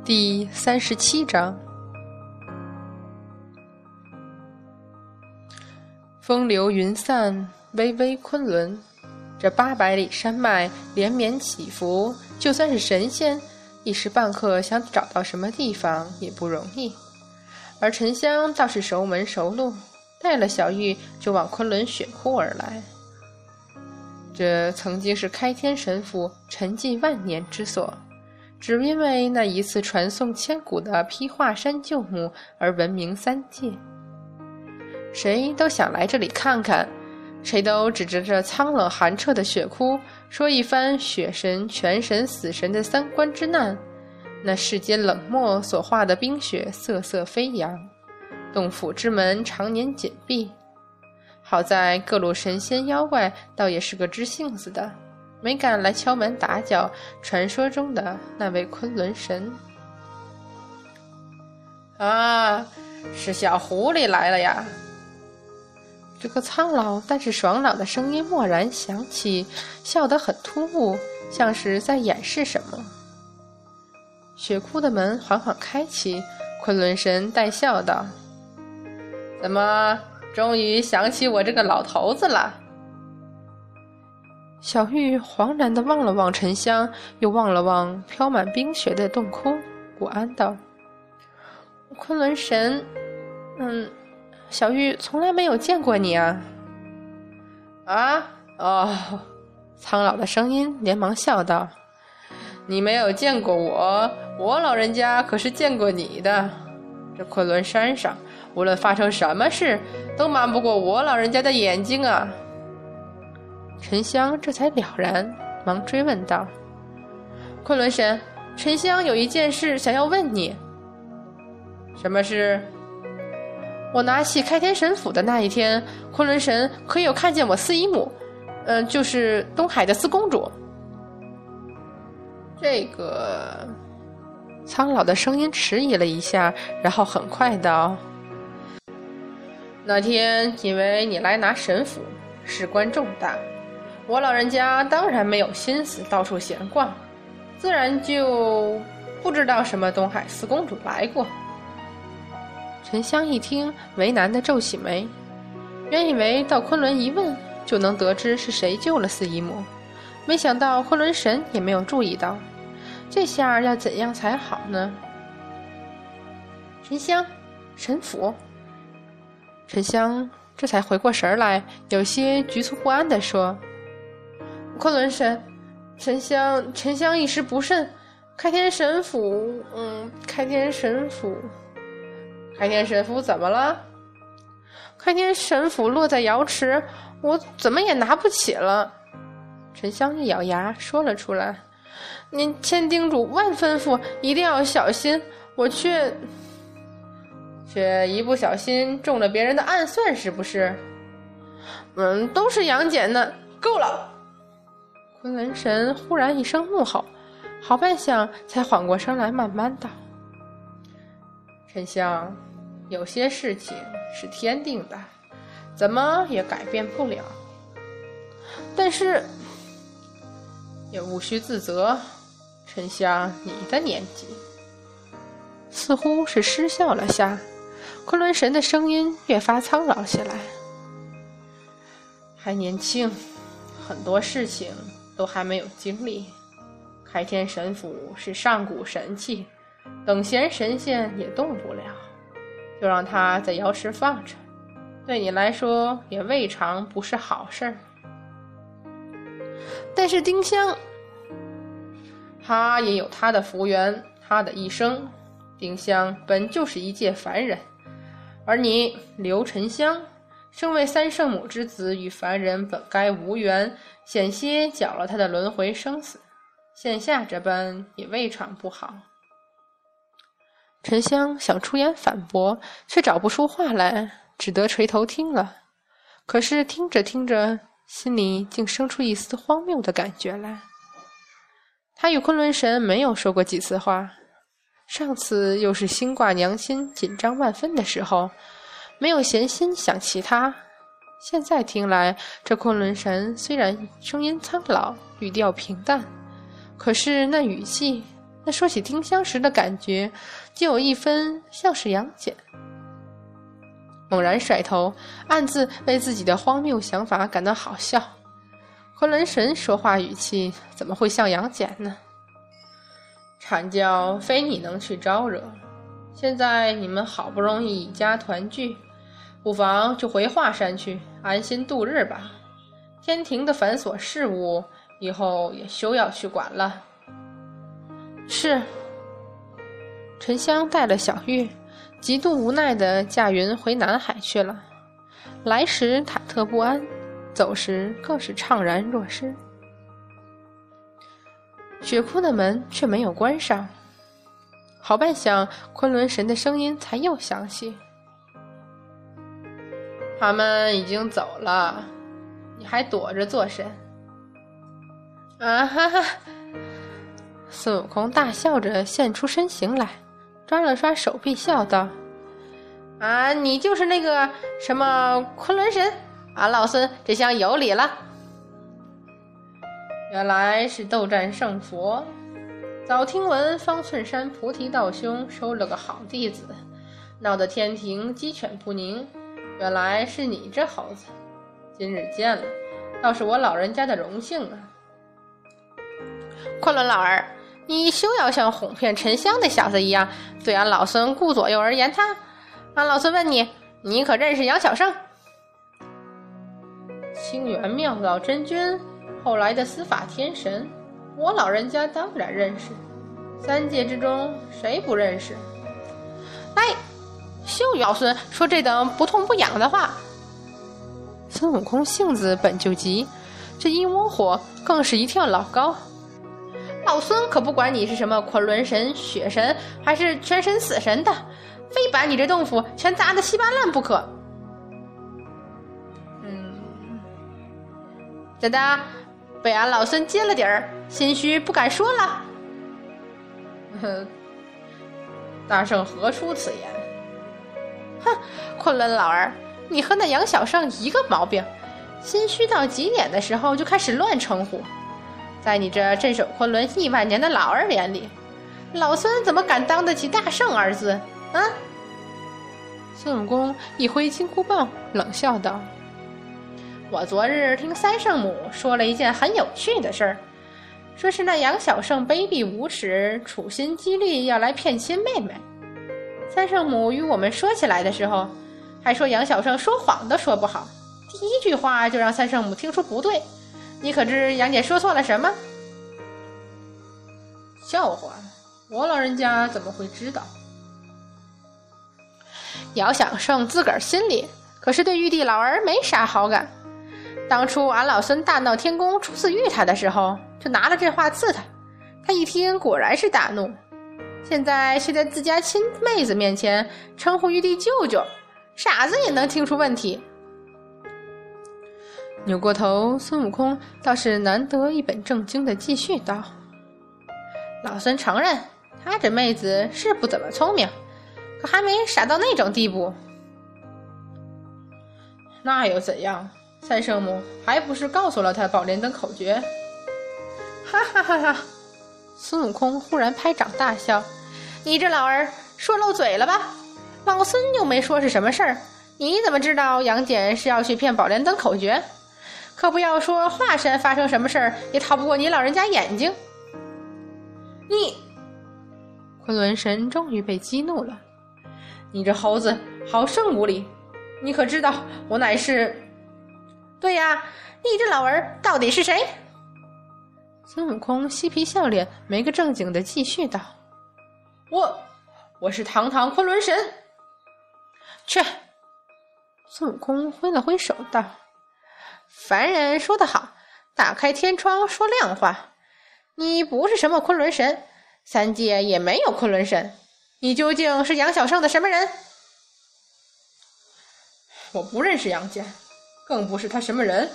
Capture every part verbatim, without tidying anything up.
第三十七章，风流云散，巍巍昆仑。这八百里山脉连绵起伏，就算是神仙，一时半刻想找到什么地方也不容易。而沉香倒是熟门熟路，带了小玉就往昆仑雪窟而来。这曾经是开天神府沉寂万年之所，只因为那一次传颂千古的披华山旧墓而闻名三界。谁都想来这里看看，谁都指着这苍冷寒彻的雪窟，说一番雪神、泉神、死神的三观之难。那世间冷漠所化的冰雪瑟瑟飞扬，洞府之门常年紧闭。好在各路神仙妖怪倒也是个知性子的，没敢来敲门打搅传说中的那位昆仑神。啊，是小狐狸来了呀！这个苍老但是爽朗的声音蓦然响起，笑得很突兀，像是在掩饰什么。雪窟的门缓缓开启，昆仑神带笑道：怎么终于想起我这个老头子了？小玉惶然地望了望沉香，又望了望飘满冰雪的洞窟，不安道：昆仑神，嗯，小玉从来没有见过你啊。啊，哦，苍老的声音连忙笑道：你没有见过我，我老人家可是见过你的。这昆仑山上无论发生什么事，都瞒不过我老人家的眼睛啊。沉香这才了然，忙追问道：昆仑神，沉香有一件事想要问你。什么事？我拿起开天神斧的那一天，昆仑神可有看见我四姨母，嗯、呃，就是东海的四公主。这个苍老的声音迟疑了一下，然后很快道：那天因为你来拿神斧，事关重大，我老人家当然没有心思到处闲逛，自然就不知道什么东海四公主来过。沉香一听，为难地皱起眉，原以为到昆仑一问就能得知是谁救了四姨母，没想到昆仑神也没有注意到，这下要怎样才好呢？沉香，神斧。沉香这才回过神来，有些局促不安地说：昆仑神，沉香沉香一时不慎，开天神斧，嗯，开天神斧。开天神斧怎么了？开天神斧落在瑶池，我怎么也拿不起了。沉香一咬牙说了出来：您千叮嘱万吩咐，一定要小心，我却却一不小心中了别人的暗算，是不是？嗯，都是杨戬呢，够了！昆仑神忽然一声怒吼，好半晌才缓过声来，慢慢道：沉香，有些事情是天定的，怎么也改变不了。但是也无需自责，沉香你的年纪。似乎是失笑了下，昆仑神的声音越发苍老起来。还年轻，很多事情都还没有经历。开天神斧是上古神器，等闲神仙也动不了，就让它在瑶池放着，对你来说也未尝不是好事儿。但是丁香，他也有他的福缘，他的一生。丁香本就是一介凡人，而你刘沉香身为三圣母之子，与凡人本该无缘，险些搅了他的轮回生死，现下这般也未尝不好。沉香想出言反驳，却找不出话来，只得垂头听了。可是听着听着，心里竟生出一丝荒谬的感觉来。他与昆仑神没有说过几次话，上次又是心挂娘亲紧张万分的时候，没有闲心想其他。现在听来，这昆仑神虽然声音苍老，语调平淡，可是那语气， 那说起丁香时的感觉，就有一分像是杨戬。猛然甩头，暗自为自己的荒谬想法感到好笑。昆仑神说话语气怎么会像杨戬呢？阐教非你能去招惹，现在你们好不容易一家团聚，不妨就回华山去安心度日吧。天庭的繁琐事务以后也休要去管了。是。沉香带了小玉，极度无奈地驾云回南海去了。来时忐忑不安，走时更是怅然若失。雪窟的门却没有关上，好半晌，昆仑神的声音才又响起：他们已经走了，你还躲着做甚？啊哈哈！孙悟空大笑着现出身形来，抓了抓手臂笑道：啊，你就是那个什么昆仑神？俺老孙这下有理了。原来是斗战胜佛，早听闻方寸山菩提道兄收了个好弟子，闹得天庭鸡犬不宁，原来是你这猴子，今日见了，倒是我老人家的荣幸啊。昆仑老儿，你休要像哄骗沉香那小子一样对俺老孙顾左右而言他。俺老孙问你，你可认识杨小胜？清源妙道真君，后来的司法天神，我老人家当然认识，三界之中谁不认识？哎，休与老孙说这等不痛不痒的话。孙悟空性子本就急，这一窝火更是一跳老高。老孙可不管你是什么昆仑神、雪神，还是全神死神的，非把你这洞府全砸得稀巴烂不可。嗯，怎的？被俺老孙揭了底儿，心虚不敢说了？呵，大圣何出此言？哼，昆仑老儿，你和那杨小胜一个毛病，心虚到极点的时候就开始乱称呼。在你这镇守昆仑亿万年的老儿眼里，老孙怎么敢当得起大圣二字啊？孙悟空一挥金箍棒，冷笑道：我昨日听三圣母说了一件很有趣的事儿，说是那杨小胜卑鄙无耻，处心积虑要来骗亲妹妹。三圣母与我们说起来的时候，还说杨小胜说谎都说不好，第一句话就让三圣母听出不对。你可知杨姐说错了什么？笑话，我老人家怎么会知道？姚小胜自个儿心里可是对玉帝老儿没啥好感，当初俺老孙大闹天宫初次遇他的时候，就拿了这话刺他，他一听果然是大怒，现在却在自家亲妹子面前称呼玉帝舅舅，傻子也能听出问题。扭过头，孙悟空倒是难得一本正经的继续道：老孙承认他这妹子是不怎么聪明，可还没傻到那种地步。那又怎样？三圣母还不是告诉了他宝莲灯口诀？哈哈哈哈！孙悟空忽然拍掌大笑：你这老儿说漏嘴了吧？老孙又没说是什么事儿，你怎么知道杨戬是要去骗宝莲灯口诀？可不要说华山发生什么事儿也逃不过你老人家眼睛。你，昆仑神终于被激怒了：你这猴子好生无礼，你可知道我乃是……对呀，你这老儿到底是谁？孙悟空嬉皮笑脸，没个正经的继续道：我我是堂堂昆仑神。去！孙悟空挥了挥手道：凡人说得好，打开天窗说亮话，你不是什么昆仑神，三界也没有昆仑神，你究竟是杨小胜的什么人？我不认识杨戬，更不是他什么人。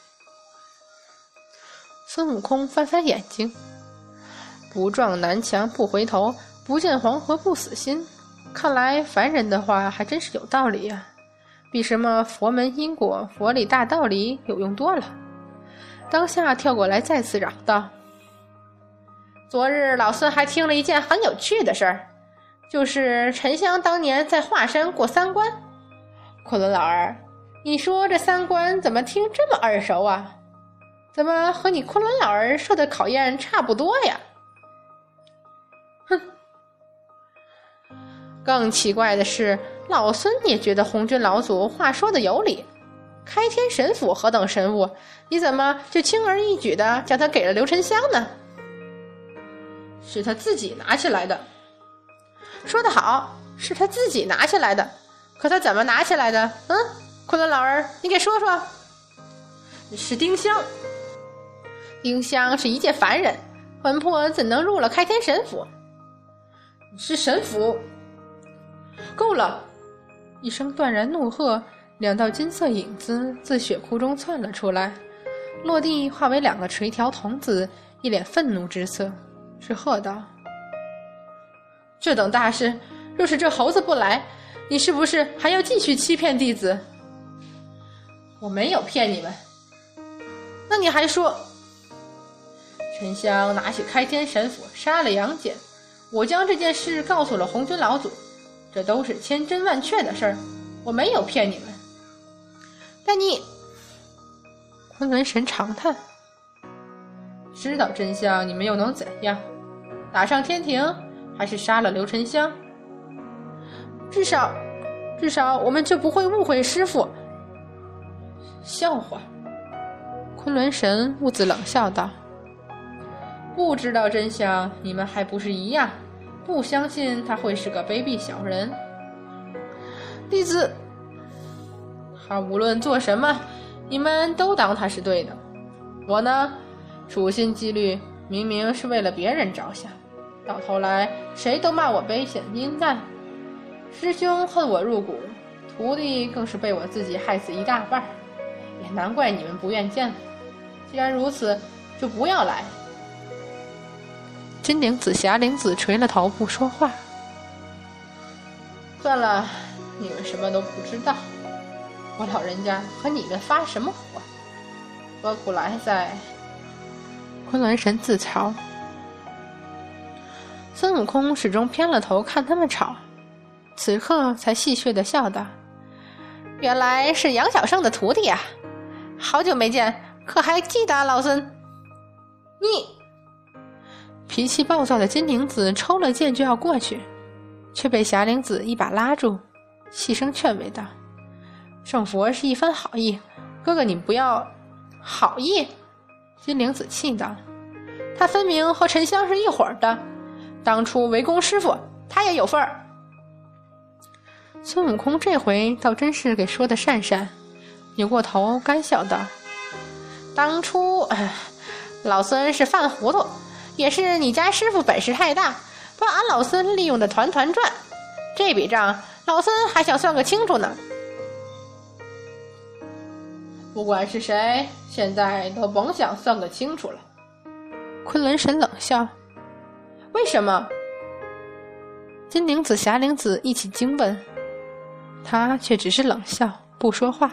孙悟空翻翻眼睛，不撞南墙不回头，不见黄河不死心，看来凡人的话还真是有道理呀、啊，比什么佛门因果佛理大道理有用多了。当下跳过来再次嚷道： 昨日老孙还听了一件很有趣的事儿，就是沉香当年在华山过三关。昆仑老儿，你说这三关怎么听这么耳熟啊？怎么和你昆仑老儿受的考验差不多呀？哼！更奇怪的是，老孙也觉得红军老祖话说的有理。开天神斧何等神物，你怎么就轻而易举的将他给了刘沉香呢？是他自己拿起来的。说得好，是他自己拿起来的。可他怎么拿起来的？嗯，昆仑老儿，你给说说。是丁香。丁香是一介凡人，魂魄怎能入了开天神斧？是神斧。够了！一声断然怒喝，两道金色影子自血窟中窜了出来，落地化为两个垂髫童子，一脸愤怒之色，是喝道：这等大事，若是这猴子不来，你是不是还要继续欺骗弟子？我没有骗你们。那你还说？沉香拿起开天神斧杀了杨戬，我将这件事告诉了红军老祖，这都是千真万确的事儿，我没有骗你们。但你……昆仑神长叹，知道真相你们又能怎样？打上天庭，还是杀了刘沉香？至少至少我们就不会误会师父。笑话！昆仑神兀自冷笑道，不知道真相，你们还不是一样，不相信他会是个卑鄙小人。弟子，他无论做什么，你们都当他是对的。我呢，处心积虑，明明是为了别人着想，到头来谁都骂我卑显阴淡，师兄恨我入骨，徒弟更是被我自己害死一大半，也难怪你们不愿见。既然如此，就不要来。金灵子、霞灵子垂了头不说话。算了，你们什么都不知道，我老人家和你们发什么火？何苦来在？昆仑神自嘲。孙悟空始终偏了头看他们吵，此刻才戏谑地笑道：原来是杨小生的徒弟啊，好久没见，可还记得老孙？你脾气暴躁的金灵子抽了剑就要过去，却被霞灵子一把拉住，细声劝慰道：圣佛是一番好意，哥哥你不要。好意？金灵子气道：他分明和沉香是一伙的，当初围攻师傅他也有份儿。孙悟空这回倒真是给说的讪讪，扭过头干笑道：当初、呃、老孙是犯糊涂，也是你家师傅本事太大，把俺老孙利用的团团转，这笔账老孙还想算个清楚呢。不管是谁，现在都甭想算个清楚了。昆仑神冷笑：为什么？金灵子、霞灵子一起惊问，他却只是冷笑不说话。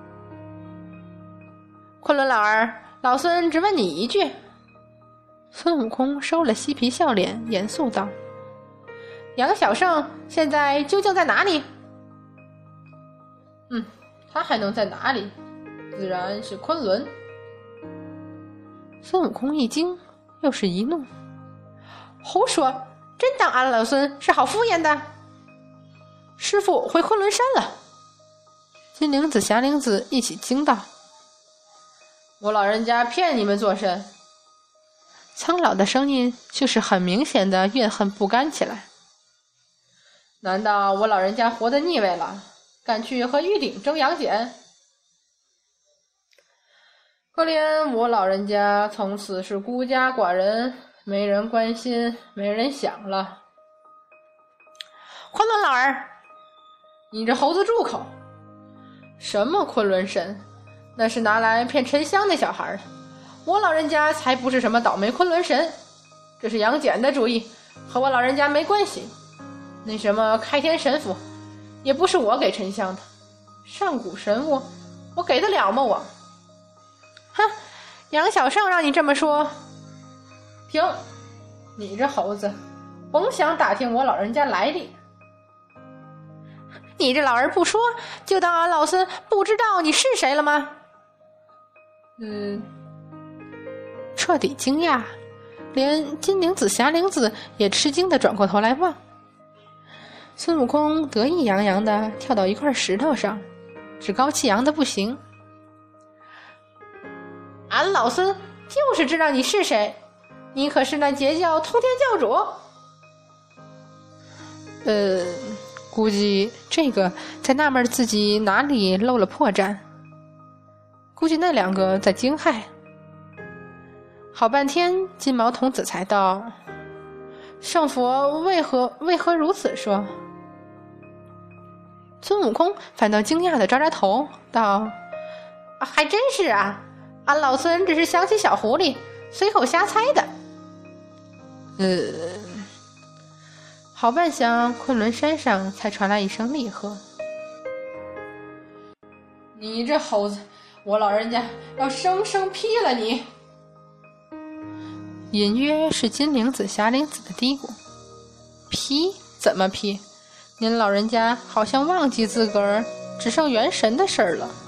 昆仑老儿，老孙只问你一句。孙悟空收了嬉皮笑脸，严肃道：杨小胜现在究竟在哪里？嗯，他还能在哪里？自然是昆仑。孙悟空一惊，又是一怒：胡说，真当俺老孙是好敷衍的？师父回昆仑山了。金灵子、霞灵子一起惊道：我老人家骗你们做甚？苍老的声音就是很明显的怨恨不甘起来。难道我老人家活得腻味了，敢去和玉鼎争杨戬？可怜我老人家从此是孤家寡人，没人关心，没人想了。昆仑老儿，你这猴子住口！什么昆仑神？那是拿来骗沉香的小孩的，我老人家才不是什么倒霉昆仑神，这是杨戬的主意，和我老人家没关系。那什么开天神斧也不是我给沉香的，上古神物我给得了吗？我哼，杨小胜让你这么说。停！ 你这猴子，甭想打听我老人家来历。你这老儿不说，就当俺老孙不知道你是谁了吗？嗯，彻底惊讶，连金铃子、霞铃子也吃惊地转过头来望。孙悟空得意洋洋地跳到一块石头上，趾高气扬的不行。俺老孙就是知道你是谁，你可是那截教通天教主。呃，估计这个在纳闷自己哪里漏了破绽，估计那两个在惊骇。好半天，金毛童子才道：“圣佛为何为何如此说？”孙悟空反倒惊讶地招招头，道：“啊，还真是啊，俺老孙只是想起小狐狸，随口瞎猜的。”呃，好半晌，昆仑山上才传来一声厉喝：“你这猴子，我老人家要生生劈了你！”隐约是金铃子、霞铃子的嘀咕：“劈？怎么劈？您老人家好像忘记自个儿只剩元神的事儿了。”